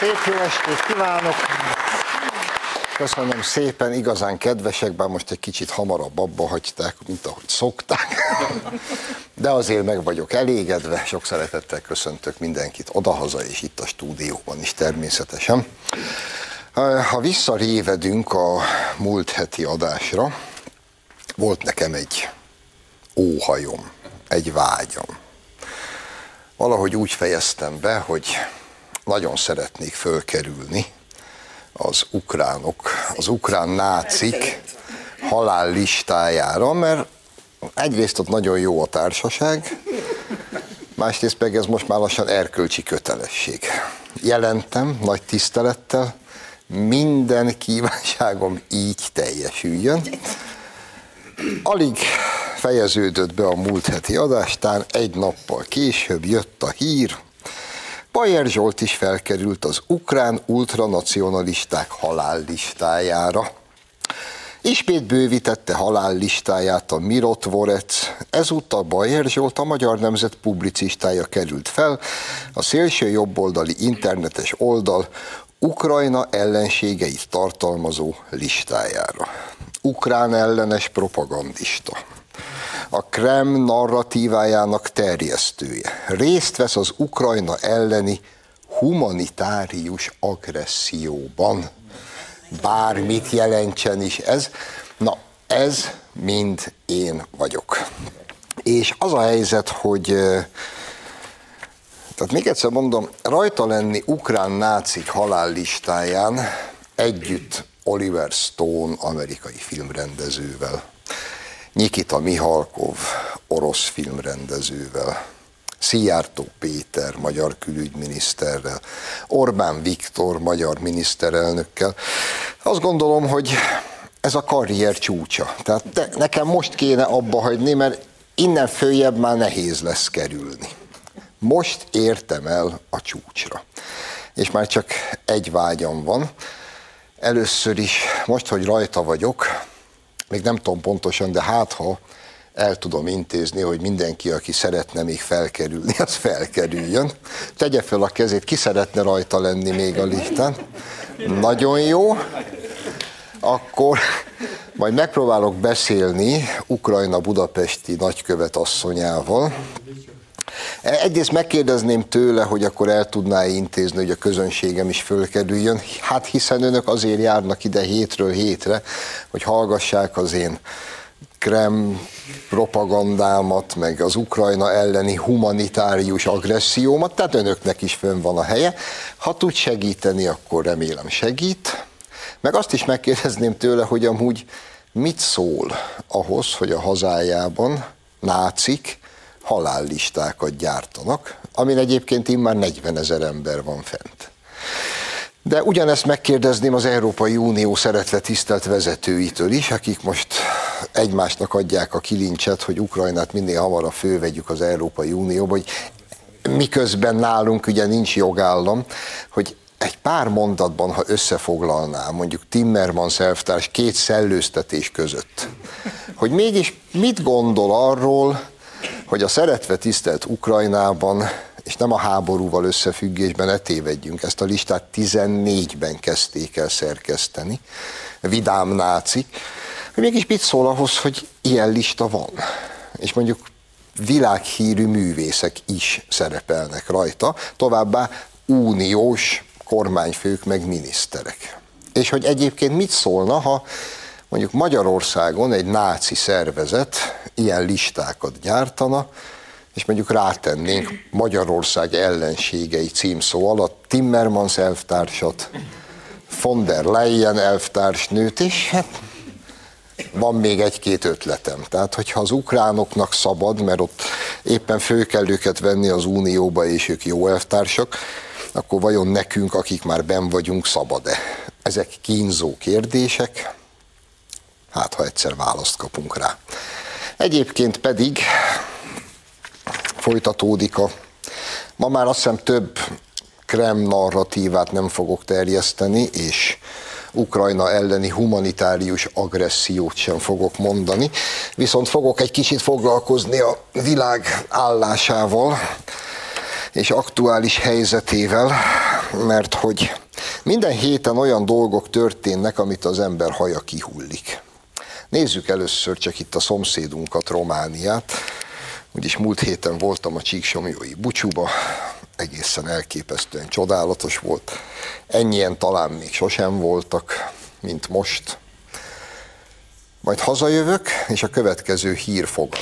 Szép jó estét kívánok! Köszönöm szépen, igazán kedvesek, bár most egy kicsit hamarabb abba hagyták, mint ahogy szokták. De azért meg vagyok elégedve, sok szeretettel köszöntök mindenkit odahaza, és itt a stúdióban is természetesen. Ha visszarévedünk a múlt heti adásra, volt nekem egy óhajom, egy vágyam. Valahogy úgy fejeztem be, hogy nagyon szeretnék fölkerülni az ukránok, az ukrán nácik halállistájára, mert egyrészt ott nagyon jó a társaság, másrészt meg ez most már lassan erkölcsi kötelesség. Jelentem nagy tisztelettel, minden kívánságom így teljesüljön. Alig fejeződött be a múlt heti adástán, egy nappal később jött a hír, Bajer Zsolt is felkerült az ukrán ultranacionalisták halállistájára. Ismét bővítette halállistáját a Mirotvorec, ezúttal Bajer Zsolt, a Magyar Nemzet publicistája került fel a szélső jobboldali internetes oldal Ukrajna ellenségeit tartalmazó listájára. Ukrán ellenes propagandista. A Kreml narratívájának terjesztője. Részt vesz az Ukrajna elleni humanitárius agresszióban. Bármit jelentsen is ez. Na, ez mind én vagyok. És az a helyzet, hogy, tehát még egyszer mondom, rajta lenni ukrán nácik halállistáján együtt Oliver Stone amerikai filmrendezővel, Nikita Mihalkov orosz filmrendezővel, Szijjártó Péter magyar külügyminiszterrel, Orbán Viktor magyar miniszterelnökkel. Azt gondolom, hogy ez a karrier csúcsa. Tehát nekem most kéne abba hagyni, mert innen följebb már nehéz lesz kerülni. Most értem el a csúcsra. És már csak egy vágyam van. Először is, most, hogy rajta vagyok, még nem tudom pontosan, de hát ha el tudom intézni, hogy mindenki, aki szeretne még felkerülni, az felkerüljön. Tegye fel a kezét, ki szeretne rajta lenni még a listán. Nagyon jó. Akkor majd megpróbálok beszélni Ukrajna budapesti nagykövet asszonyával. Egyrészt megkérdezném tőle, hogy akkor el tudná intézni, hogy a közönségem is fölkerüljön. Hát hiszen önök azért járnak ide hétről hétre, hogy hallgassák az én Kreml propagandámat, meg az Ukrajna elleni humanitárius agressziómat, tehát önöknek is fönn van a helye. Ha tud segíteni, akkor remélem segít. Meg azt is megkérdezném tőle, hogy amúgy mit szól ahhoz, hogy a hazájában nácik halállistákat gyártanak, amin egyébként immár 40 000 ember van fent. De ugyanezt megkérdezném az Európai Unió szeretve tisztelt vezetőitől is, akik most egymásnak adják a kilincset, hogy Ukrajnát minél hamarabb fölvegyük az Európai Unióba, hogy miközben nálunk ugye nincs jogállam, hogy egy pár mondatban, ha összefoglalnám, mondjuk Timmermans elvtárs 2 szellőztetés között, hogy mégis mit gondol arról, hogy a szeretve tisztelt Ukrajnában, és nem a háborúval összefüggésben, ne tévedjünk, ezt a listát 14-ben kezdték el szerkeszteni, vidám nácik, hogy mégis mit szól ahhoz, hogy ilyen lista van, és mondjuk világhírű művészek is szerepelnek rajta, továbbá uniós kormányfők meg miniszterek. És hogy egyébként mit szólna, ha mondjuk Magyarországon egy náci szervezet ilyen listákat gyártana, és mondjuk rátennénk Magyarország ellenségei címszó alatt Timmermans elvtársat, von der Leyen elvtársnőt, és hát van még 1-2 ötletem. Tehát, hogyha az ukránoknak szabad, mert ott éppen föl kell őket venni az Unióba, és ők jó elvtársak, akkor vajon nekünk, akik már benn vagyunk, szabad-e? Ezek kínzó kérdések, hát ha egyszer választ kapunk rá. Egyébként pedig folytatódik ma már azt hiszem több Kreml narratívát nem fogok terjeszteni, és Ukrajna elleni humanitárius agressziót sem fogok mondani, viszont fogok egy kicsit foglalkozni a világ állásával és aktuális helyzetével, mert hogy minden héten olyan dolgok történnek, amit az ember haja kihullik. Nézzük először csak itt a szomszédunkat, Romániát. Úgyis múlt héten voltam a Csíksomlyói búcsúba, egészen elképesztően csodálatos volt. Ennyien talán még sosem voltak, mint most. Majd hazajövök, és a következő hír fogad.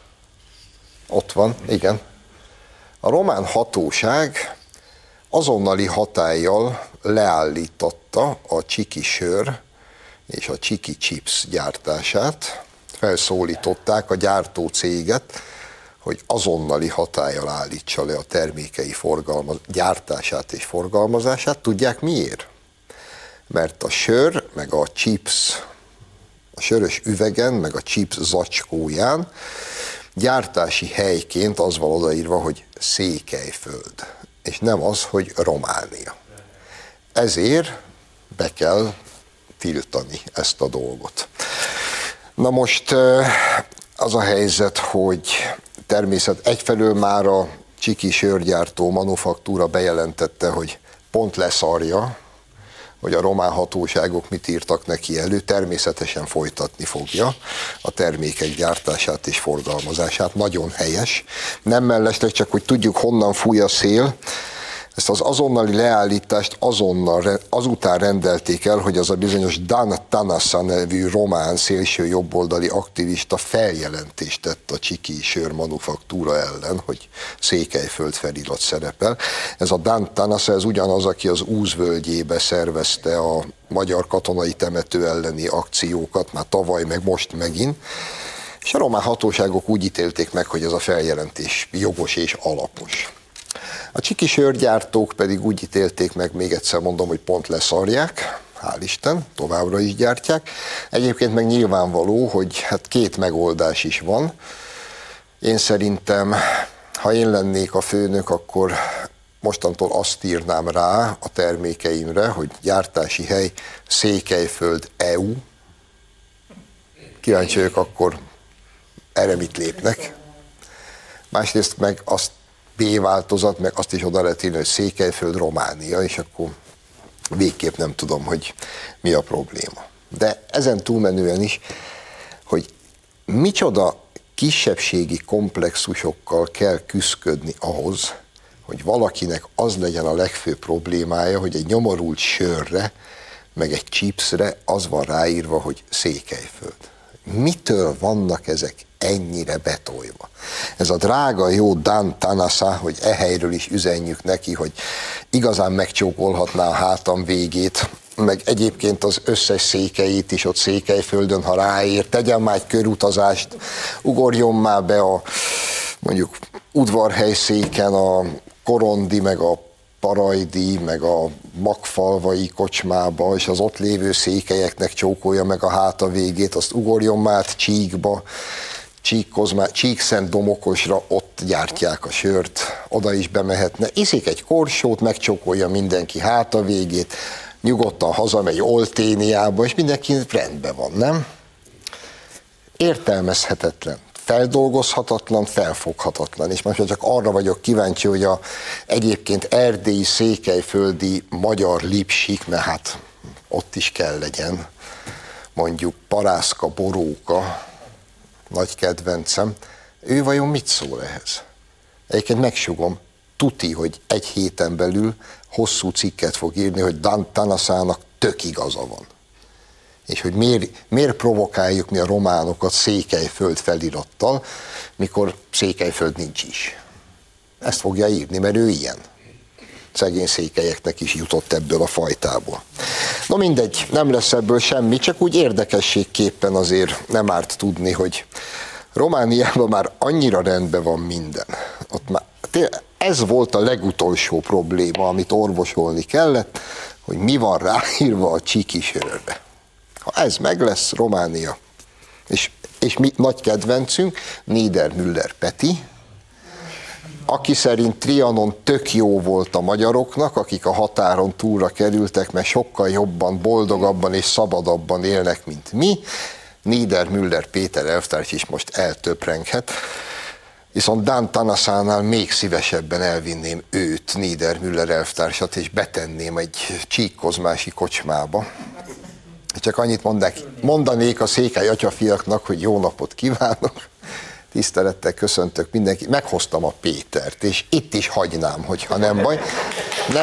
Ott van, igen. A román hatóság azonnali hatállyal leállította a csiki sör és a csiki chips gyártását. Felszólították a gyártócéget, hogy azonnali hatállyal állítsa le a termékei gyártását és forgalmazását. Tudják miért? Mert a sör, meg a chips, a sörös üvegen, meg a chips zacskóján gyártási helyként az van odaírva, hogy Székelyföld, és nem az, hogy Románia. Ezért be kell tiltani ezt a dolgot. Na most az a helyzet, hogy egyfelől már a csiki sörgyártó manufaktúra bejelentette, hogy pont leszarja, hogy a román hatóságok mit írtak neki elő, természetesen folytatni fogja a termékek gyártását és forgalmazását. Nagyon helyes. Nem mellesleg, csak hogy tudjuk, honnan fúj a szél. Ezt az azonnali leállítást azután rendelték el, hogy az a bizonyos Dan Tanasa nevű román szélső jobboldali aktivista feljelentést tett a csiki sörmanufaktúra ellen, hogy Székelyföld felirat szerepel. Ez a Dan Tanasa, ez ugyanaz, aki az Úz völgyébe szervezte a magyar katonai temető elleni akciókat, már tavaly, meg most megint. És a román hatóságok úgy ítélték meg, hogy ez a feljelentés jogos és alapos. A csiki sörgyártók pedig úgy ítélték meg, még egyszer mondom, hogy pont leszarják, hál' Isten, továbbra is gyártják. Egyébként meg nyilvánvaló, hogy hát két megoldás is van. Én szerintem, ha én lennék a főnök, akkor mostantól azt írnám rá a termékeimre, hogy gyártási hely Székelyföld EU. Kíváncsi vagyok, akkor erre mit lépnek. Másrészt meg azt B változat, meg azt is oda lehet írni, hogy Székelyföld, Románia, és akkor végképp nem tudom, hogy mi a probléma. De ezen túlmenően is, hogy micsoda kisebbségi komplexusokkal kell küszködni ahhoz, hogy valakinek az legyen a legfőbb problémája, hogy egy nyomorult sörre, meg egy chipsre az van ráírva, hogy Székelyföld. Mitől vannak ezek ennyire betolva? Ez a drága jó Dan Tanasa, hogy e helyről is üzenjük neki, hogy igazán megcsókolhatná a hátam végét, meg egyébként az összes székelyét is ott Székelyföldön, ha ráér, tegyen már egy körutazást, ugorjon már be a mondjuk udvarhelyszéken a Korondi, meg a Parajdi, meg a Magfalvai kocsmába, és az ott lévő székelyeknek csókolja meg a háta végét, azt ugorjon már Csíkba, Csíkszentdomokosra, ott gyártják a sört, oda is bemehetne, iszik egy korsót, megcsókolja mindenki háta végét, nyugodtan hazamegy Olténiába, és mindenki rendben van, nem? Értelmezhetetlen, feldolgozhatatlan, felfoghatatlan, és most csak arra vagyok kíváncsi, hogy a egyébként erdélyi, székelyföldi magyar lipsik, mert hát ott is kell legyen, mondjuk Parászka, Boróka, nagy kedvencem, ő vajon mit szól ehhez? Egyébként megsugom, tuti, hogy egy héten belül hosszú cikket fog írni, hogy Dan Tanasának tök igaza van. És hogy miért provokáljuk mi a románokat Székelyföld felirattal, mikor Székelyföld nincs is. Ezt fogja írni, mert ő ilyen. Szegény székelyeknek is jutott ebből a fajtából. No mindegy, nem lesz ebből semmi, csak úgy érdekességképpen azért nem árt tudni, hogy Romániában már annyira rendben van minden. Ott már, ez volt a legutolsó probléma, amit orvosolni kellett, hogy mi van ráírva a csiki sörbe. Ha ez meg lesz, Románia, és mi nagy kedvencünk, Niedermüller Peti, aki szerint Trianon tök jó volt a magyaroknak, akik a határon túlra kerültek, mert sokkal jobban, boldogabban és szabadabban élnek, mint mi. Niedermüller Péter elvtárs is most eltöprenghet. Viszont Dan Tanasánál még szívesebben elvinném őt, Niedermüller elvtársat, és betenném egy csíkkozmási kocsmába. Csak annyit mondanék a székely atyafiaknak, hogy jó napot kívánok, tisztelettel köszöntök mindenkit, meghoztam a Pétert, és itt is hagynám, hogyha nem baj. Nem.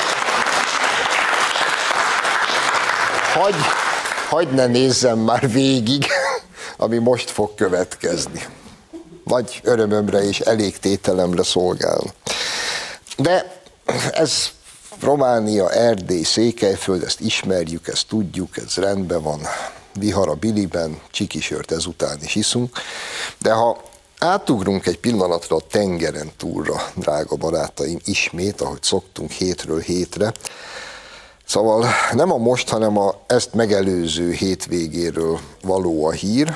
Hagy ne nézzem már végig, ami most fog következni. Nagy örömömre és elégtételemre szolgál. De ez Románia, Erdély, Székelyföld, ezt ismerjük, ezt tudjuk, ez rendben van. Vihar a biliben, csikisört ezután is iszunk. De ha átugrunk egy pillanatra a tengeren túlra, drága barátaim, ismét, ahogy szoktunk hétről hétre, szóval nem a most, hanem a ezt megelőző hétvégéről való a hír.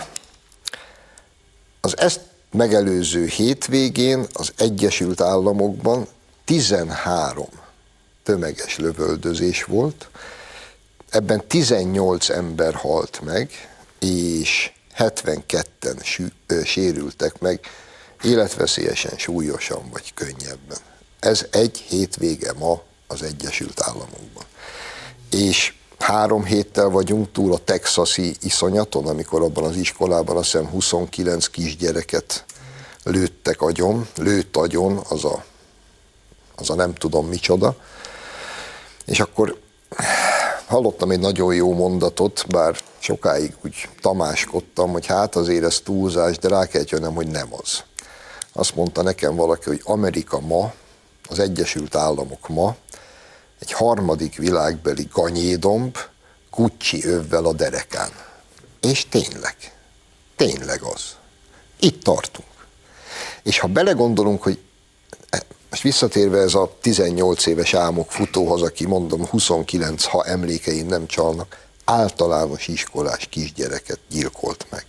Az ezt megelőző hétvégén az Egyesült Államokban 13 tömeges lövöldözés volt, ebben 18 ember halt meg, és 72-en sérültek meg, életveszélyesen, súlyosan vagy könnyebben. Ez egy hétvége ma az Egyesült Államokban. És 3 héttel vagyunk túl a texasi iszonyaton, amikor abban az iskolában azt hiszem 29 kisgyereket lőttek agyon, lőtt agyon az a nem tudom micsoda. És akkor hallottam egy nagyon jó mondatot, bár sokáig úgy tamáskodtam, hogy hát azért ez túlzás, de rá kell jönnöm, hogy nem az. Azt mondta nekem valaki, hogy Amerika ma, az Egyesült Államok ma, egy harmadik világbeli ganyédomb Gucci övvel a derekán. És tényleg az. Itt tartunk. És ha belegondolunk, hogy most visszatérve ez a 18 éves álmok futóhoz, aki mondom 29, ha emlékeim nem csalnak, általános iskolás kisgyereket gyilkolt meg.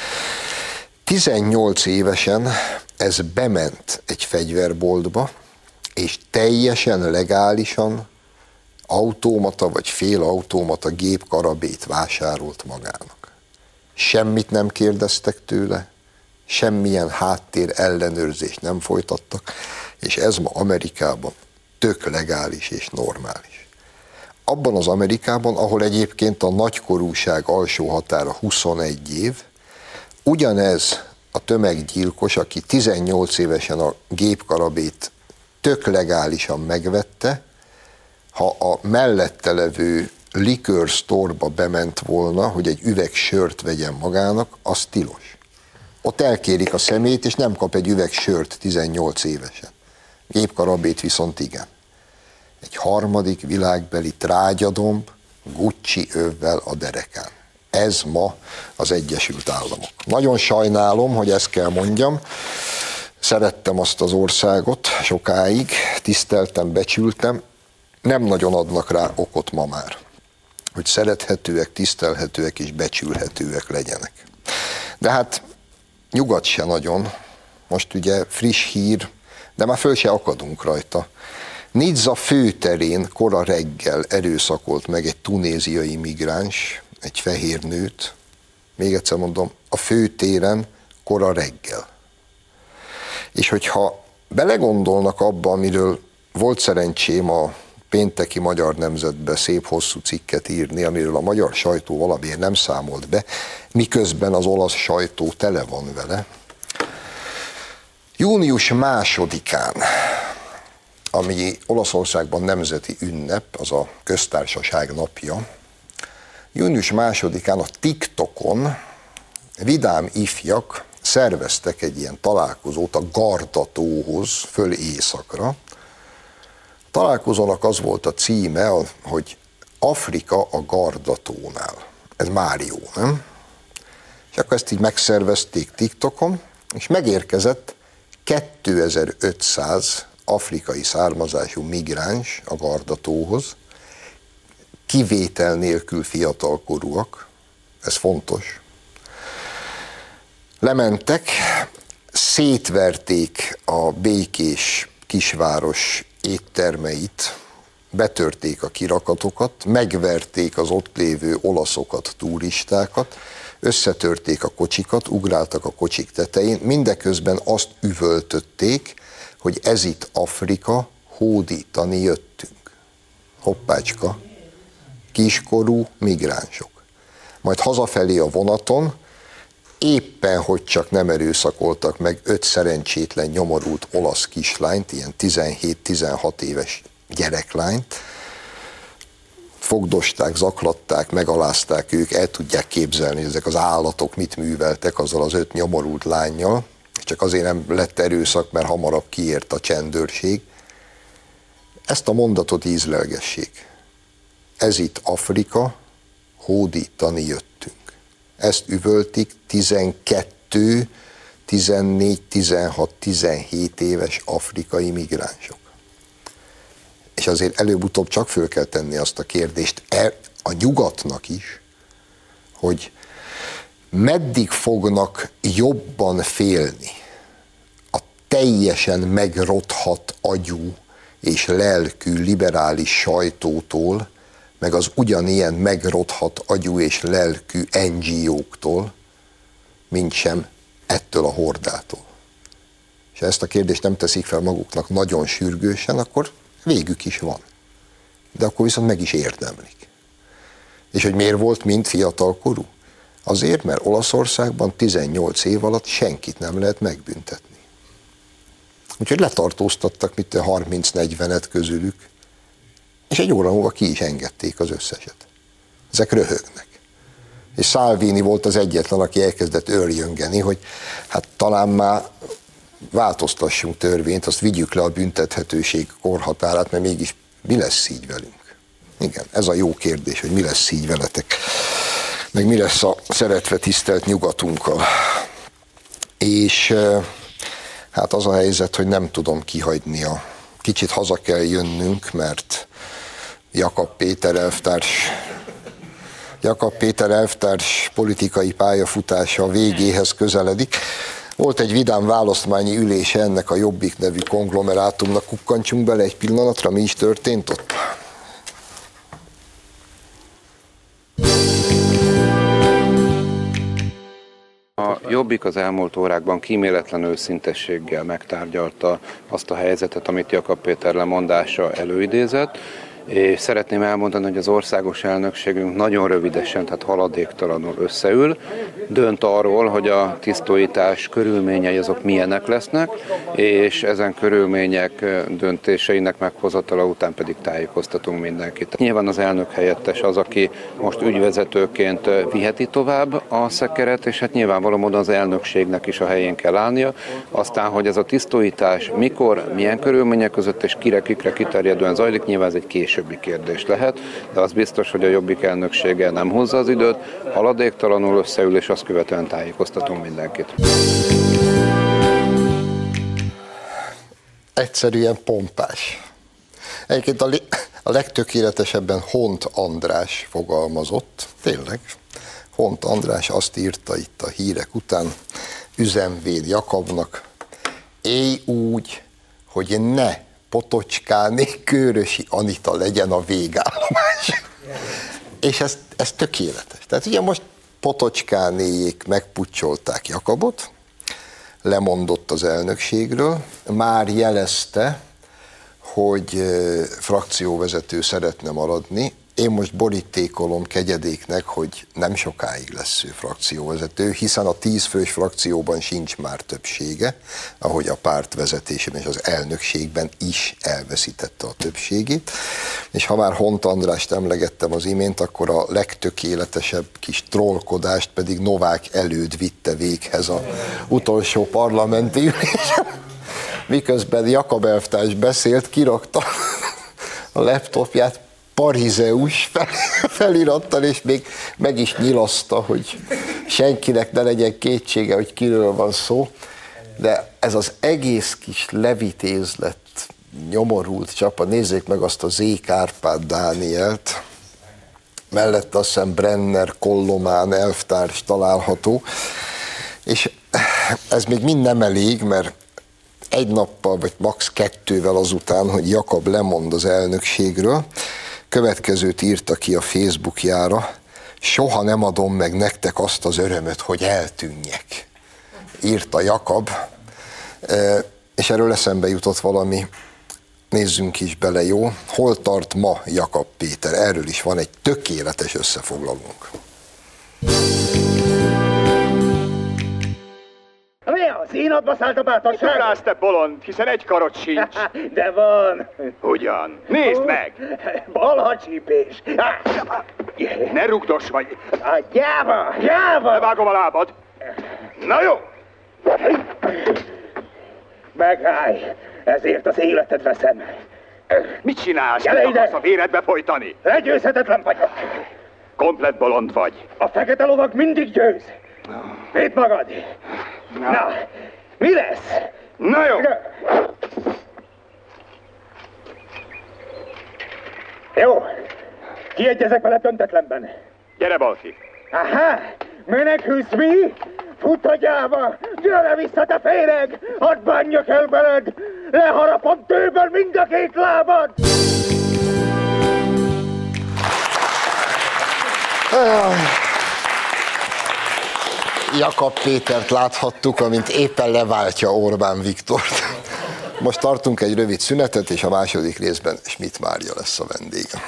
18 évesen ez bement egy fegyverboltba, és teljesen legálisan automata vagy félautomata gépkarabét vásárolt magának. Semmit nem kérdeztek tőle, semmilyen háttér ellenőrzést nem folytattak, és ez ma Amerikában tök legális és normális. Abban az Amerikában, ahol egyébként a nagykorúság alsó határa 21 év, ugyanez a tömeggyilkos, aki 18 évesen a gépkarabét tök legálisan megvette, ha a mellette levő liquor store-ba bement volna, hogy egy üveg sört vegyen magának, az tilos. Ott elkérik a szemét, és nem kap egy üveg sört 18 évesen. Gépkarabét viszont igen. Egy harmadik világbeli trágyadomb Gucci övvel a derekán. Ez ma az Egyesült Államok. Nagyon sajnálom, hogy ezt kell mondjam. Szerettem azt az országot sokáig, tiszteltem, becsültem. Nem nagyon adnak rá okot ma már, hogy szerethetőek, tisztelhetőek és becsülhetőek legyenek. De hát nyugat se nagyon. Most ugye friss hír, de már föl se akadunk rajta. Nizza főterén kora reggel erőszakolt meg egy tunéziai migráns, egy fehér nőt. Még egyszer mondom, a főtéren kora reggel. És hogyha belegondolnak abba, amiről volt szerencsém a pénteki Magyar Nemzetbe szép hosszú cikket írni, amiről a magyar sajtó valamiért nem számolt be, miközben az olasz sajtó tele van vele. Június 2-án, ami Olaszországban nemzeti ünnep, az a köztársaság napja, június 2-án a TikTokon vidám ifjak szerveztek egy ilyen találkozót a Gardatóhoz föl északra. A találkozónak az volt a címe, hogy Afrika a Gardatónál. Ez már jó, nem? És akkor ezt így megszervezték TikTokon, és megérkezett 2500 afrikai származású migráns a Gardatóhoz, kivétel nélkül fiatalkorúak, ez fontos. Lementek, szétverték a békés kisváros éttermeit, betörték a kirakatokat, megverték az ott lévő olaszokat, turistákat, összetörték a kocsikat, ugráltak a kocsik tetején, mindeközben azt üvöltötték, hogy ez itt Afrika, hódítani jöttünk. Hoppácska, kiskorú migránsok. Majd hazafelé a vonaton, éppen hogy csak nem erőszakoltak meg 5 szerencsétlen nyomorult olasz kislányt, ilyen 17-16 éves gyereklányt, fogdosták, zaklatták, megalázták ők, el tudják képzelni, hogy ezek az állatok mit műveltek azzal az 5 nyomorult lánnyal, csak azért nem lett erőszak, mert hamarabb kiért a csendőrség. Ezt a mondatot ízlelgessék. Ez itt Afrika, hódítani jöttünk. Ezt üvöltik 12, 14, 16, 17 éves afrikai migránsok. És azért előbb-utóbb csak föl kell tenni azt a kérdést a nyugatnak is, hogy meddig fognak jobban félni a teljesen megrothadt agyú és lelkű liberális sajtótól, meg az ugyanilyen megrothadt agyú és lelkű NGO-któl, mint sem ettől a hordától. És ha ezt a kérdést nem teszik fel maguknak nagyon sürgősen, akkor végük is van. De akkor viszont meg is érdemlik. És hogy miért volt mind fiatalkorú? Azért, mert Olaszországban 18 év alatt senkit nem lehet megbüntetni. Úgyhogy letartóztattak 30-40-et közülük, és egy óra múlva ki is engedték az összeset. Ezek röhögnek. És Salvini volt az egyetlen, aki elkezdett őrjöngeni, hogy hát talán már változtassunk törvényt, azt vigyük le a büntethetőség korhatárát, mert mégis mi lesz így velünk? Igen, ez a jó kérdés, hogy mi lesz így veletek, meg mi lesz a szeretve tisztelt nyugatunkkal. És hát az a helyzet, hogy nem tudom kihagyni kicsit haza kell jönnünk, mert Jakab Péter elvtárs politikai pályafutása végéhez közeledik. Volt egy vidám választmányi ülése ennek a Jobbik nevű konglomerátumnak, kukkantsunk bele egy pillanatra, mi is történt ott? A Jobbik az elmúlt órákban kíméletlen őszintességgel megtárgyalta azt a helyzetet, amit Jakab Péter lemondása előidézett, és szeretném elmondani, hogy az országos elnökségünk nagyon rövidesen, tehát haladéktalanul összeül, dönt arról, hogy a tisztújítás körülményei azok milyenek lesznek, és ezen körülmények döntéseinek meghozatala után pedig tájékoztatunk mindenkit. Nyilván az elnök helyettes az, aki most ügyvezetőként viheti tovább a szekeret, és hát nyilvánvalóan módon az elnökségnek is a helyén kell állnia. Aztán, hogy ez a tisztújítás mikor, milyen körülmények között és kikre kiterjedően zajlik, nyilván ez egy későbbi kérdés lehet, de az biztos, hogy a Jobbik elnöksége nem hozza az időt, haladéktalanul összeül, és azt követően tájékoztatunk mindenkit. Egyszerűen pompás. Egyébként a legtökéletesebben Hont András fogalmazott, tényleg. Hont András azt írta itt a hírek után, üzemvéd Jakabnak, élj úgy, hogy ne Potocskáné, Kőrösi Anita legyen a végállomás. És ez tökéletes. Tehát ugye most Potocskánéjék megpucsolták Jakabot, lemondott az elnökségről, már jelezte, hogy frakcióvezető szeretne maradni. Én most borítékolom kegyedéknek, hogy nem sokáig lesz ő frakcióvezető, hiszen a 10 fős frakcióban sincs már többsége, ahogy a párt vezetésében és az elnökségben is elveszítette a többségét. És ha már Hont Andrást emlegettem az imént, akkor a legtökéletesebb kis trollkodást pedig Novák Előd vitte véghez az utolsó parlamenti ülésen. Miközben Jakab elvtárs beszélt, kirakta a laptopját Parizeus felirattal, és még meg is nyilaszta, hogy senkinek ne legyen kétsége, hogy kiről van szó. De ez az egész kis levitézlet, nyomorult csapat, nézzék meg azt a Zék Árpád Dánielt, mellette azt hiszem Brenner, Kollomán elvtárs található, és ez még mind nem elég, mert egy nappal, vagy max. 2-vel azután, hogy Jakab lemond az elnökségről, következőt írta ki a Facebookjára, soha nem adom meg nektek azt az örömöt, hogy eltűnjek, írta Jakab, és erről eszembe jutott valami, nézzünk is bele, jó? Hol tart ma Jakab Péter? Erről is van egy tökéletes összefoglalónk. Mi az? Színadba szállt a bátorság? Ugrálsz, te bolond, hiszen egy karod sincs. De van. Ugyan. Nézd meg! Balhacsípés. Ne rugdos vagy. Gyáva! Levágom a lábad. Na jó! Megállj! Ezért az életed veszem. Mit csinálsz? Gyere Te ide! akarsz a véredbe folytani? Legyőzhetetlen vagyok. Komplett bolond vagy. A fekete lovag mindig győz. Védd magad! Na, mi lesz? Na jó! Jó, kiegyezek veled döntetlenben. Gyere, Balfi! Aha, menekülsz mi? Fut a gyáva! Gyere vissza, te féreg! Hadd bánjak el veled! Leharapom tőből mind a két lábad! Jakab Pétert láthattuk, amint éppen leváltja Orbán Viktort. Most tartunk egy rövid szünetet, és a második részben Schmidt Mária lesz a vendége.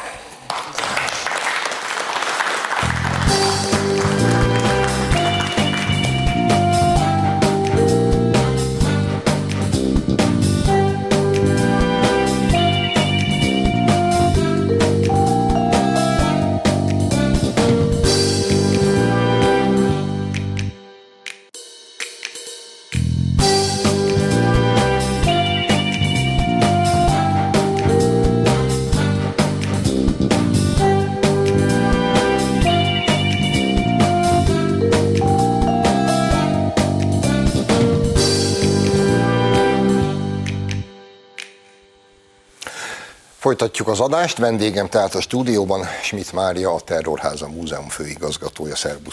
Folytatjuk az adást, vendégem tehát a stúdióban Schmidt Mária, a Terrorháza Múzeum főigazgatója. Szerbusz!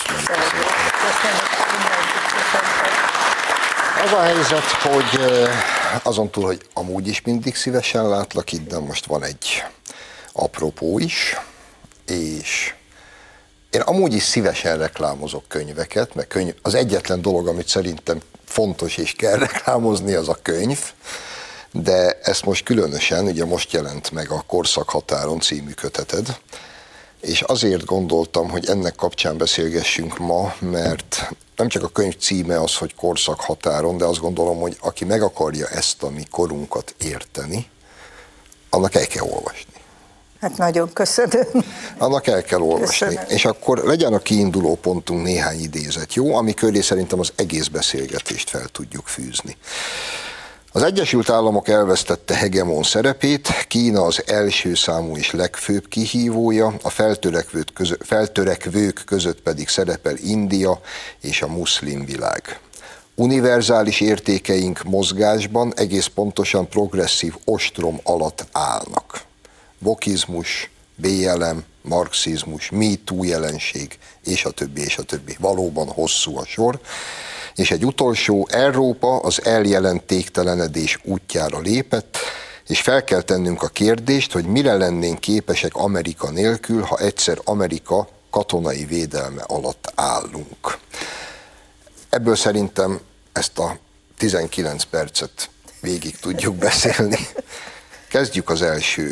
Az a helyzet, hogy azon túl, hogy amúgy is mindig szívesen látlak itt, de most van egy apropó is, és én amúgy is szívesen reklámozok könyveket, mert az egyetlen dolog, amit szerintem fontos és kell reklámozni, az a könyv. De ezt most különösen, ugye most jelent meg a Korszakhatáron című köteted, és azért gondoltam, hogy ennek kapcsán beszélgessünk ma, mert nem csak a könyv címe az, hogy Korszakhatáron, de azt gondolom, hogy aki meg akarja ezt a mi korunkat érteni, annak el kell olvasni. Hát nagyon köszönöm. Annak el kell olvasni. Köszönöm. És akkor legyen a kiinduló pontunk néhány idézet, jó? Ami köré szerintem az egész beszélgetést fel tudjuk fűzni. Az Egyesült Államok elvesztette hegemon szerepét, Kína az első számú és legfőbb kihívója, a feltörekvők között pedig szerepel India és a muszlim világ. Univerzális értékeink mozgásban egész pontosan progresszív ostrom alatt állnak. Wokizmus, BLM, marxizmus, MeToo jelenség, és a többi, és a többi. Valóban hosszú a sor. És egy utolsó, Európa az eljelentéktelenedés útjára lépett, és fel kell tennünk a kérdést, hogy mire lennénk képesek Amerika nélkül, ha egyszer Amerika katonai védelme alatt állunk. Ebből szerintem ezt a 19 percet végig tudjuk beszélni. Kezdjük az első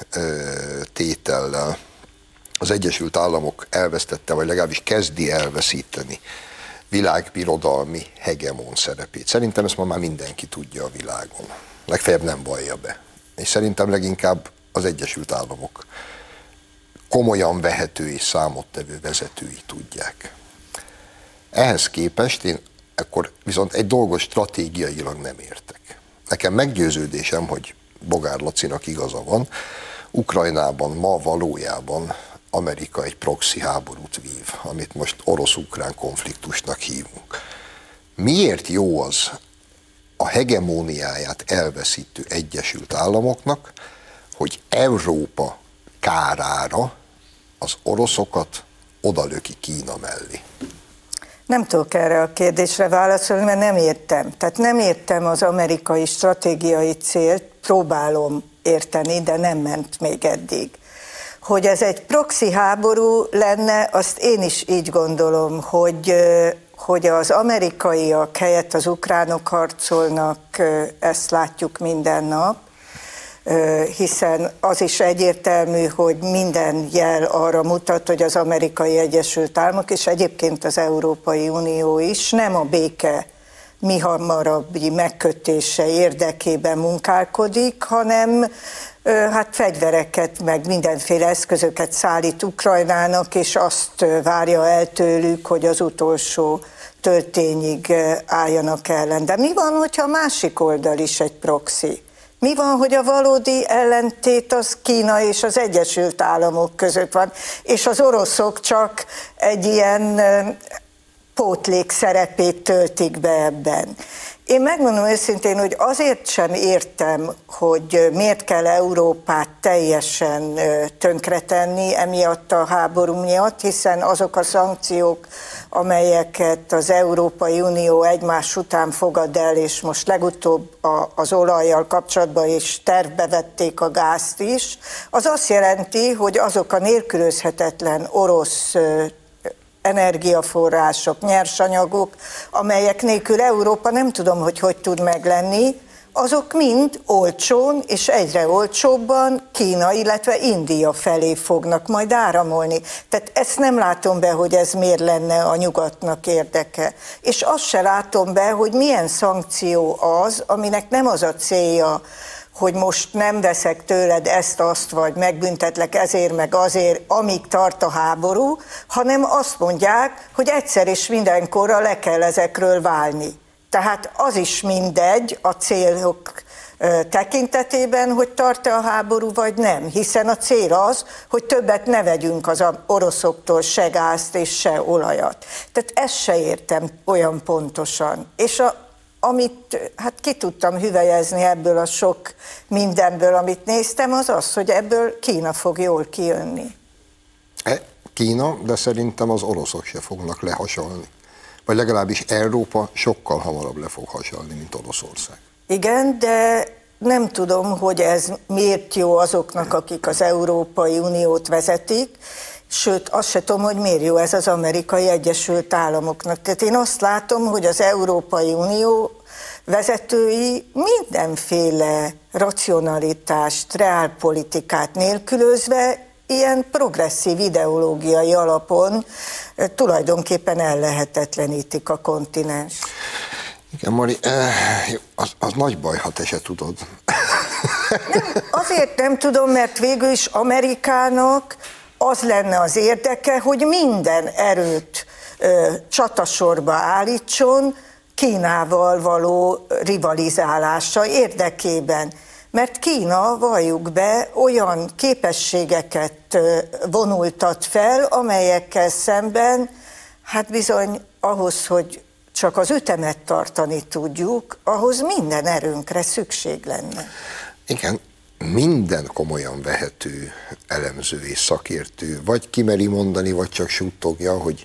tétellel. Az Egyesült Államok elvesztette, vagy legalábbis kezdi elveszíteni világbirodalmi hegemon szerepét. Szerintem ezt ma már mindenki tudja a világon. Legfeljebb nem vallja be. És szerintem leginkább az Egyesült Államok komolyan vehető és számottevő vezetői tudják. Ehhez képest én akkor viszont egy dolgot stratégiailag nem értek. Nekem meggyőződésem, hogy Bogár Lacinak igaza van, Ukrajnában ma valójában Amerika egy proxy háborút vív, amit most orosz-ukrán konfliktusnak hívunk. Miért jó az a hegemóniáját elveszítő Egyesült Államoknak, hogy Európa kárára az oroszokat odalöki Kína mellé? Nem tudok erre a kérdésre válaszolni, mert nem értem. Tehát nem értem az amerikai stratégiai célt, próbálom érteni, de nem ment még eddig. Hogy ez egy proxy háború lenne, azt én is így gondolom, hogy az amerikaiak helyett az ukránok harcolnak, ezt látjuk minden nap, hiszen az is egyértelmű, hogy minden jel arra mutat, hogy az Amerikai Egyesült Államok és egyébként az Európai Unió is nem a béke mihamarabbi megkötése érdekében munkálkodik, hanem hát fegyvereket, meg mindenféle eszközöket szállít Ukrajnának, és azt várja el tőlük, hogy az utolsó töltényig álljanak ellen. De mi van, hogyha a másik oldal is egy proxy? Mi van, hogy a valódi ellentét az Kína és az Egyesült Államok között van, és az oroszok csak egy ilyen pótlék szerepét töltik be ebben. Én megmondom őszintén, hogy azért sem értem, hogy miért kell Európát teljesen tönkretenni emiatt a háború miatt, hiszen azok a szankciók, amelyeket az Európai Unió egymás után fogad el, és most legutóbb az olajjal kapcsolatban is tervbe vették a gázt is, az azt jelenti, hogy azok a nélkülözhetetlen orosz energiaforrások, nyersanyagok, amelyek nélkül Európa nem tudom, hogy tud meglenni, azok mind olcsón és egyre olcsóbban Kína, illetve India felé fognak majd áramolni. Tehát ezt nem látom be, hogy ez miért lenne a nyugatnak érdeke. És azt se látom be, hogy milyen szankció az, aminek nem az a célja, hogy most nem veszek tőled ezt-azt, vagy megbüntetlek ezért, meg azért, amíg tart a háború, hanem azt mondják, hogy egyszer és mindenkorra le kell ezekről válni. Tehát az is mindegy a célok tekintetében, hogy tart-e a háború, vagy nem. Hiszen a cél az, hogy többet ne vegyünk az oroszoktól se gázt és se olajat. Tehát ezt se értem olyan pontosan. És amit hát ki tudtam hüvelyezni ebből a sok mindenből, amit néztem, az az, hogy ebből Kína fog jól kijönni. Kína, de szerintem az oroszok se fognak lehasalni. Vagy legalábbis Európa sokkal hamarabb le fog hasalni, mint Oroszország. Igen, de nem tudom, hogy ez miért jó azoknak, akik az Európai Uniót vezetik, sőt, azt se tudom, hogy miért jó ez az Amerikai Egyesült Államoknak. Tehát én azt látom, hogy az Európai Unió vezetői mindenféle racionalitást, reálpolitikát nélkülözve ilyen progresszív ideológiai alapon tulajdonképpen ellehetetlenítik a kontinens. Igen, Mari, az nagy baj, ha te se tudod. Nem, azért nem tudom, mert végül is Amerikának az lenne az érdeke, hogy minden erőt csatasorba állítson Kínával való rivalizálása érdekében. Mert Kína, valljuk be, olyan képességeket vonultat fel, amelyekkel szemben, hát bizony ahhoz, hogy csak az ütemet tartani tudjuk, ahhoz minden erőnkre szükség lenne. Igen, minden komolyan vehető elemző és szakértő, vagy kimeri mondani, vagy csak suttogja, hogy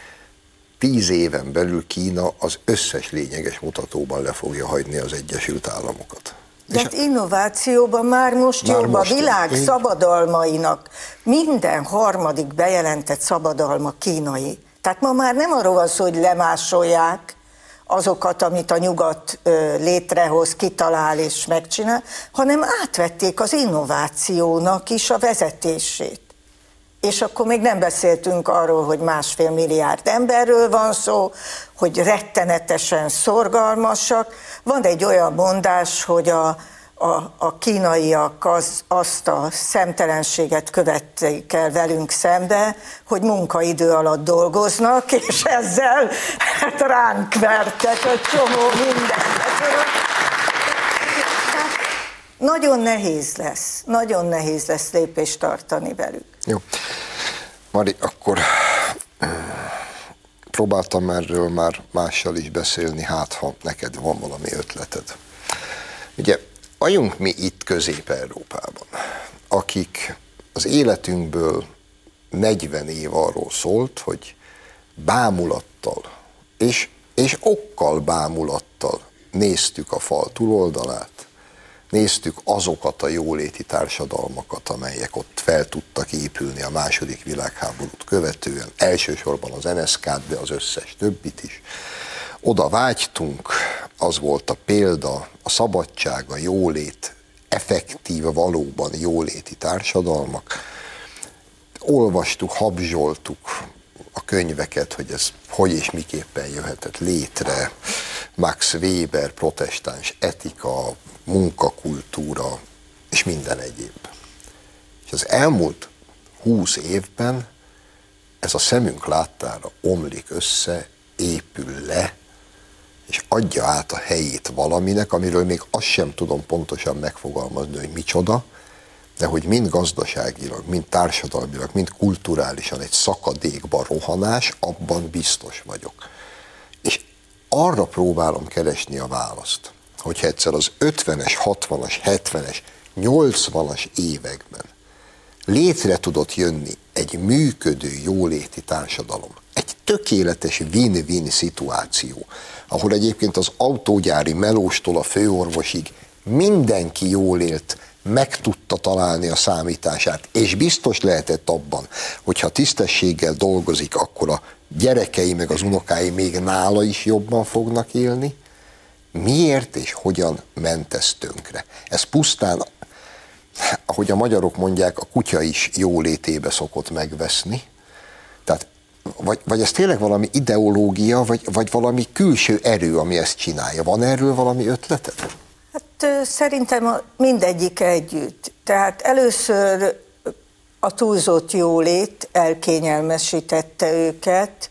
10 éven belül Kína az összes lényeges mutatóban le fogja hagyni az Egyesült Államokat. De hát innovációban már most jobb a világ szabadalmainak. Minden harmadik bejelentett szabadalma kínai. Tehát ma már nem arról van szó, hogy lemásolják azokat, amit a nyugat létrehoz, kitalál és megcsinál, hanem átvették az innovációnak is a vezetését. És akkor még nem beszéltünk arról, hogy 1,5 milliárd emberről van szó, hogy rettenetesen szorgalmasak. Van egy olyan mondás, hogy a kínaiak azt a szemtelenséget követték el velünk szembe, hogy munkaidő alatt dolgoznak, és ezzel hát ránk vertek egy csomó mindent. Nagyon nehéz lesz lépést tartani velük. Jó. Mari, akkor próbáltam erről már mással is beszélni, hát ha neked van valami ötleted. Ugye, vagyunk mi itt Közép-Európában, akik az életünkből 40 év arról szólt, hogy bámulattal, és okkal bámulattal néztük a fal túloldalát, néztük azokat a jóléti társadalmakat, amelyek ott fel tudtak épülni a második világháborút követően, elsősorban az NSZK-t, de az összes többit is. Oda vágytunk, az volt a példa, a szabadság, a jólét, effektív, valóban jóléti társadalmak. Olvastuk, habzsoltuk a könyveket, hogy ez hogy és miképpen jöhetett létre. Max Weber, protestáns etika, munkakultúra és minden egyéb. És az elmúlt 20 évben ez a szemünk láttára omlik össze, épül le, és adja át a helyét valaminek, amiről még azt sem tudom pontosan megfogalmazni, hogy micsoda, de hogy mind gazdaságilag, mind társadalmilag, mind kulturálisan egy szakadékba rohanás, abban biztos vagyok. És arra próbálom keresni a választ, hogyha egyszer az 50-es, 60-as, 70-es, 80-as években létre tudott jönni egy működő jóléti társadalom, egy tökéletes win-win szituáció, ahol egyébként az autógyári melóstól a főorvosig mindenki jól élt, meg tudta találni a számítását, és biztos lehetett abban, hogyha tisztességgel dolgozik, akkor a gyerekei meg az unokái még nála is jobban fognak élni. Miért és hogyan ment ez tönkre? Ez pusztán, ahogy a magyarok mondják, a kutya is jólétébe szokott megveszni. Tehát vagy ez tényleg valami ideológia, vagy valami külső erő, ami ezt csinálja. Van erről valami ötleted? Hát szerintem mindegyik együtt. Tehát először a túlzott jólét elkényelmesítette őket,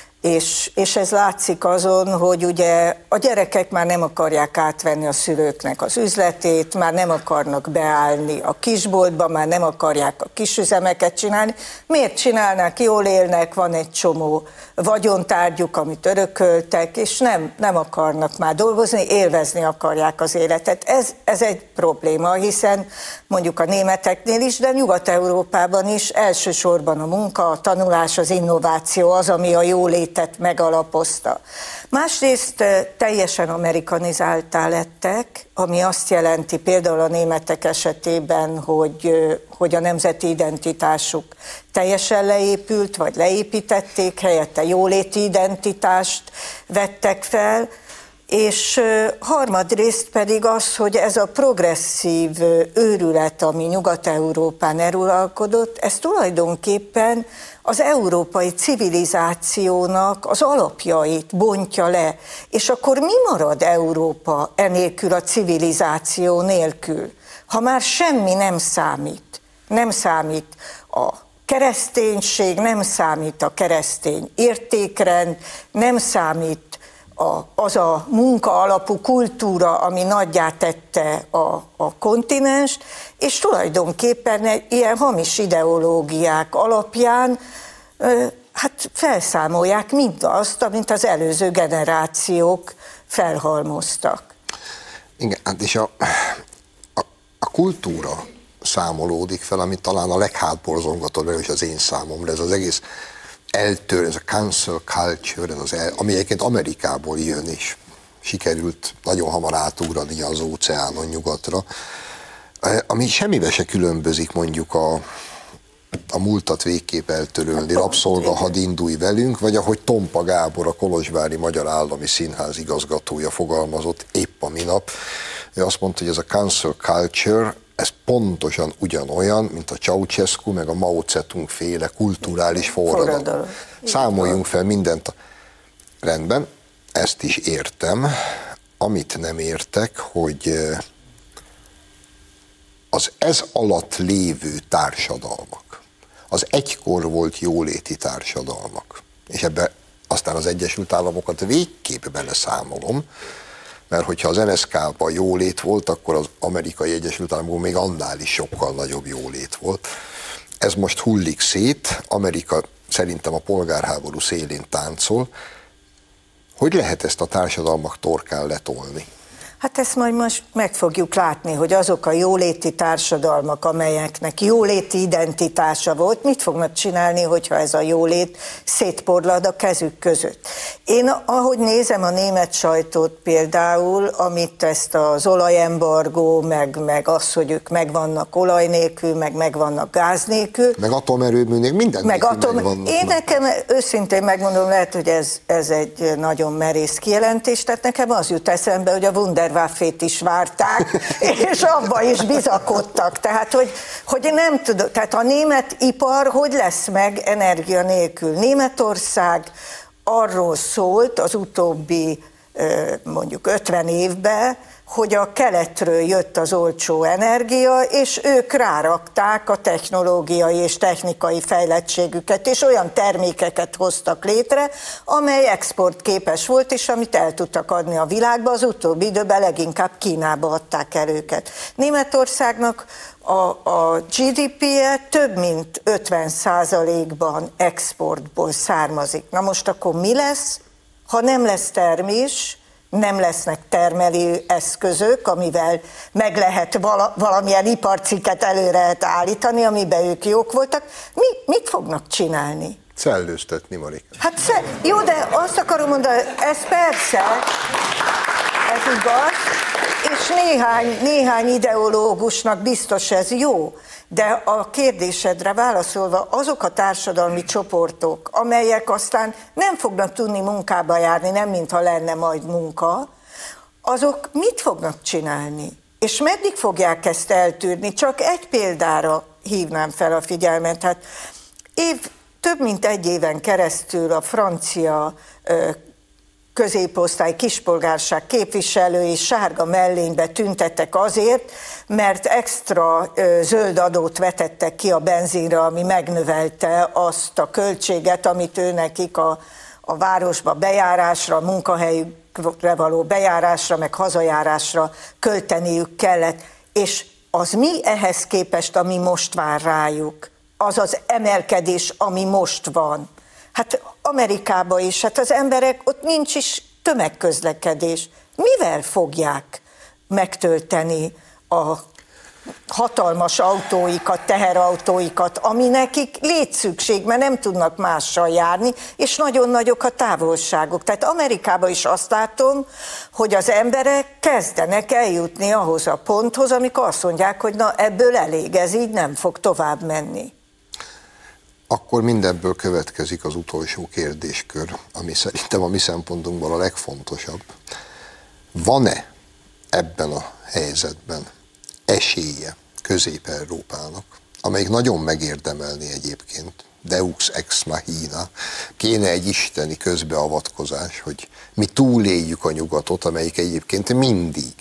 és ez látszik azon, hogy ugye a gyerekek már nem akarják átvenni a szülőknek az üzletét, már nem akarnak beállni a kisboltba, már nem akarják a kisüzemeket csinálni. Miért csinálnák? Jól élnek, van egy csomó vagyontárgyuk, amit örököltek, és nem akarnak már dolgozni, élvezni akarják az életet. Ez egy probléma, hiszen mondjuk a németeknél is, de Nyugat-Európában is elsősorban a munka, a tanulás, az innováció az, ami a jólétet megalapozta. Másrészt teljesen amerikanizáltá lettek, ami azt jelenti például a németek esetében, hogy a nemzeti identitásuk teljesen leépült, vagy leépítették, helyette jóléti identitást vettek fel, és harmadrészt pedig az, hogy ez a progresszív őrület, ami Nyugat-Európán uralkodott, ez tulajdonképpen az európai civilizációnak az alapjait bontja le. És akkor mi marad Európa enélkül, a civilizáció nélkül? Ha már semmi nem számít. Nem számít a kereszténység, nem számít a keresztény értékrend, nem számít az a munka alapú kultúra, ami nagyjá tette a kontinenst, és tulajdonképpen ilyen hamis ideológiák alapján hát felszámolják mindazt, amit az előző generációk felhalmoztak. Igen, hát és a kultúra számolódik fel, ami talán a leghátborzongatóbb, és az én számomra, ez az egész eltör, ez a cancel culture, ami egyébként Amerikából jön, és sikerült nagyon hamar átugrani az óceánon nyugatra, ami semmivel se különbözik mondjuk a múltat végképp eltörölni, rabszolga, hadd indulj velünk, vagy ahogy Tompa Gábor, a Kolozsvári Magyar Állami Színház igazgatója fogalmazott épp a minap, ő azt mondta, hogy ez a cancel culture, ez pontosan ugyanolyan, mint a Ceausescu, meg a Mao Zedong féle kulturális forradalom. Számoljunk fel mindent. Rendben, ezt is értem. Amit nem értek, hogy az ez alatt lévő társadalmak, az egykor volt jóléti társadalmak, és ebben aztán az Egyesült Államokat végképp beleszámolom, mert hogyha az NSZK-ban jólét volt, akkor az Amerikai Egyesült Államokban még annál is sokkal nagyobb jólét volt. Ez most hullik szét, Amerika szerintem a polgárháború szélén táncol. Hogy lehet ezt a társadalmak torkán letolni? Hát ezt majd most meg fogjuk látni, hogy azok a jóléti társadalmak, amelyeknek jóléti identitása volt, mit fognak csinálni, hogyha ez a jólét szétporlad a kezük között. Én, ahogy nézem a német sajtót például, amit ezt az olajembargó, meg az, hogy ők megvannak olaj nélkül, megvannak gáz nélkül. Meg atomerőmű nélkül, minden megvannak. Én nekem őszintén megmondom, lehet, hogy ez egy nagyon merész kijelentés, tehát nekem az jut eszembe, hogy a Wunderwaffét is várták, és abba is bizakodtak. Tehát, hogy nem tudom, tehát a német ipar hogy lesz meg energia nélkül? Németország arról szólt az utóbbi mondjuk 50 évben, hogy a keletről jött az olcsó energia, és ők rárakták a technológiai és technikai fejlettségüket, és olyan termékeket hoztak létre, amely exportképes volt, és amit el tudtak adni a világba, az utóbbi időben leginkább Kínába adták el őket. Németországnak a GDP-je több mint 50%-ban exportból származik. Na most akkor mi lesz, ha nem lesz termés, nem lesznek termelő eszközök, amivel meg lehet valamilyen iparcikket előre lehet állítani, amiben ők jók voltak. Mit fognak csinálni? Szellőztetni, Marika. Hát jó, de azt akarom mondani, ez persze, ez igaz, és néhány ideológusnak biztos ez jó, de a kérdésedre válaszolva, azok a társadalmi csoportok, amelyek aztán nem fognak tudni munkába járni, nem mintha lenne majd munka, azok mit fognak csinálni? És meddig fogják ezt eltűrni? Csak egy példára hívnám fel a figyelmet. Hát több mint egy éven keresztül a francia középosztály, kispolgárság képviselői sárga mellénybe tüntettek azért, mert extra zöld adót vetettek ki a benzinre, ami megnövelte azt a költséget, amit őnekik a városba bejárásra, a munkahelyükre való bejárásra, meg hazajárásra költeniük kellett. És az mi ehhez képest, ami most vár rájuk? Az az emelkedés, ami most van. Hát Amerikában is, hát az emberek, ott nincs is tömegközlekedés. Mivel fogják megtölteni a hatalmas autóikat, teherautóikat, ami nekik létszükség, mert nem tudnak mással járni, és nagyon nagyok a távolságok. Tehát Amerikában is azt látom, hogy az emberek kezdenek eljutni ahhoz a ponthoz, amikor azt mondják, hogy na ebből elég, ez így nem fog tovább menni. Akkor mindebből következik az utolsó kérdéskör, ami szerintem a mi szempontunkból a legfontosabb. Van-e ebben a helyzetben esélye Közép-Európának, amelyik nagyon megérdemelni egyébként, Deus ex machina, kéne egy isteni közbeavatkozás, hogy mi túléljük a nyugatot, amelyik egyébként mindig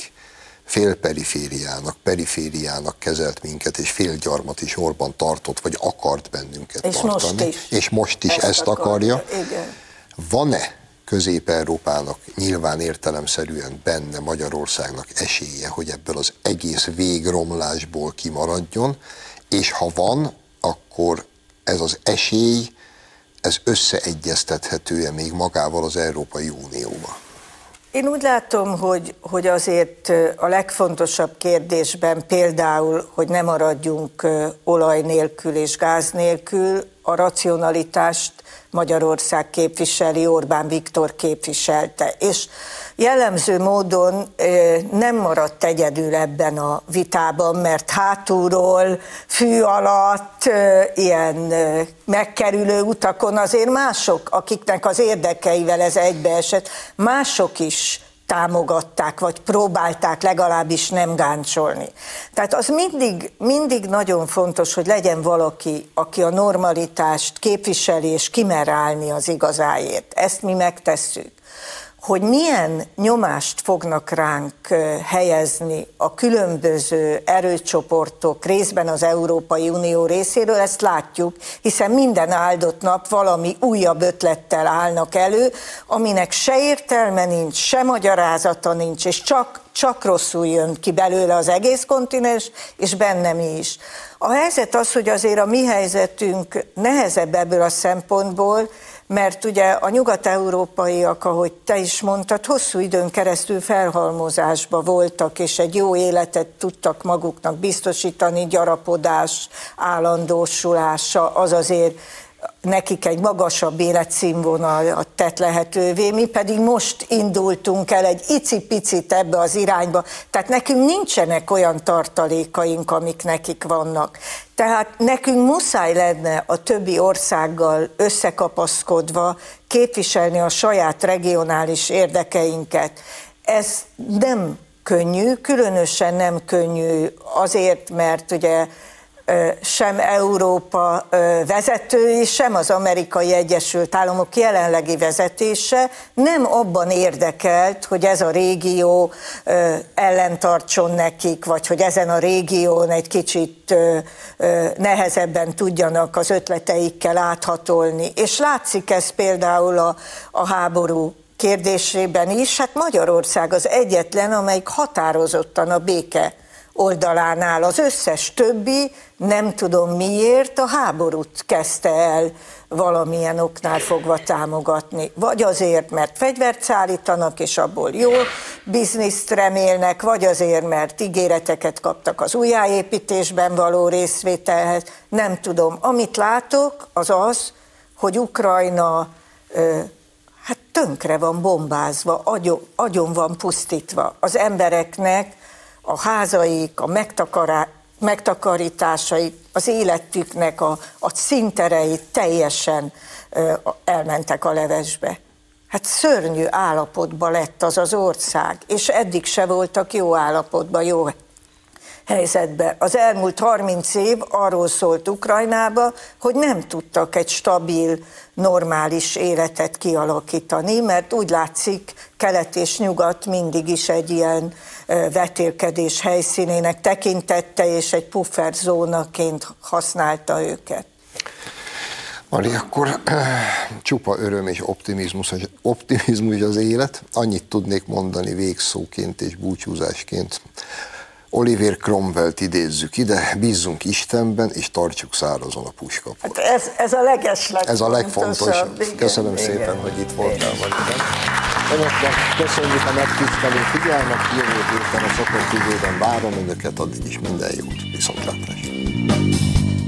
perifériának kezelt minket, és félgyarmat is orban tartott, vagy akart bennünket és tartani. És most is ezt akarja. Igen. Van-e Közép-Európának nyilván értelemszerűen benne Magyarországnak esélye, hogy ebből az egész végromlásból kimaradjon, és ha van, akkor ez az esély, ez összeegyeztethető-e még magával az Európai Unióval? Én úgy látom, hogy azért a legfontosabb kérdésben például, hogy ne maradjunk olaj nélkül és gáz nélkül, a racionalitást Magyarország képviseli, Orbán Viktor képviselte. És jellemző módon nem maradt egyedül ebben a vitában, mert hátulról, fű alatt, ilyen megkerülő utakon azért mások, akiknek az érdekeivel ez egybeesett, mások is támogatták, vagy próbálták legalábbis nem gáncsolni. Tehát az mindig nagyon fontos, hogy legyen valaki, aki a normalitást képviseli, és kimer állni az igazáért. Ezt mi megtesszük. Hogy milyen nyomást fognak ránk helyezni a különböző erőcsoportok, részben az Európai Unió részéről, ezt látjuk, hiszen minden áldott nap valami újabb ötlettel állnak elő, aminek se értelme nincs, se magyarázata nincs, és csak rosszul jön ki belőle az egész kontinens, és benne mi is. A helyzet az, hogy azért a mi helyzetünk nehezebb ebből a szempontból, mert ugye a nyugat-európaiak, ahogy te is mondtad, hosszú időn keresztül felhalmozásban voltak, és egy jó életet tudtak maguknak biztosítani, gyarapodás, állandósulása, az azért nekik egy magasabb életszínvonalat tett lehetővé, mi pedig most indultunk el egy icipicit ebbe az irányba, tehát nekünk nincsenek olyan tartalékaink, amik nekik vannak. Tehát nekünk muszáj lenne a többi országgal összekapaszkodva képviselni a saját regionális érdekeinket. Ez nem könnyű, különösen nem könnyű azért, mert ugye sem Európa vezetői, sem az Amerikai Egyesült Államok jelenlegi vezetése nem abban érdekelt, hogy ez a régió ellentartson nekik, vagy hogy ezen a régión egy kicsit nehezebben tudjanak az ötleteikkel áthatolni. És látszik ez például a háború kérdésében is, hát Magyarország az egyetlen, amelyik határozottan a béke oldalán áll. Az összes többi, nem tudom miért, a háborút kezdte el valamilyen oknál fogva támogatni. Vagy azért, mert fegyvert szállítanak, és abból jó bizniszt remélnek, vagy azért, mert ígéreteket kaptak az újjáépítésben való részvételhez. Nem tudom. Amit látok, az az, hogy Ukrajna hát tönkre van bombázva, agyon van pusztítva. Az embereknek a házaik, a megtakarításaik, az életüknek a színterei teljesen elmentek a levesbe. Hát szörnyű állapotban lett az az ország, és eddig se voltak jó állapotban, jó helyzetben. Az elmúlt 30 év arról szólt Ukrajnába, hogy nem tudtak egy stabil, normális életet kialakítani, mert úgy látszik, kelet és nyugat mindig is egy ilyen vetélkedés helyszínének tekintette, és egy pufferzónaként használta őket. Mari, akkor csupa öröm és optimizmus az élet. Annyit tudnék mondani végszóként és búcsúzásként. Oliver Cromwellt idézzük ide, bízzunk Istenben, és tartsuk szárazon a puskaport. Hát ez a legeslegfontosabb. Ez a legfontosabb. Igen, köszönöm szépen, hogy itt voltál velünk. Önöknek köszönjük a megtisztelő figyelmet, jövő héten a szokott időben várom önöket, addig is minden jót, viszontlátásra.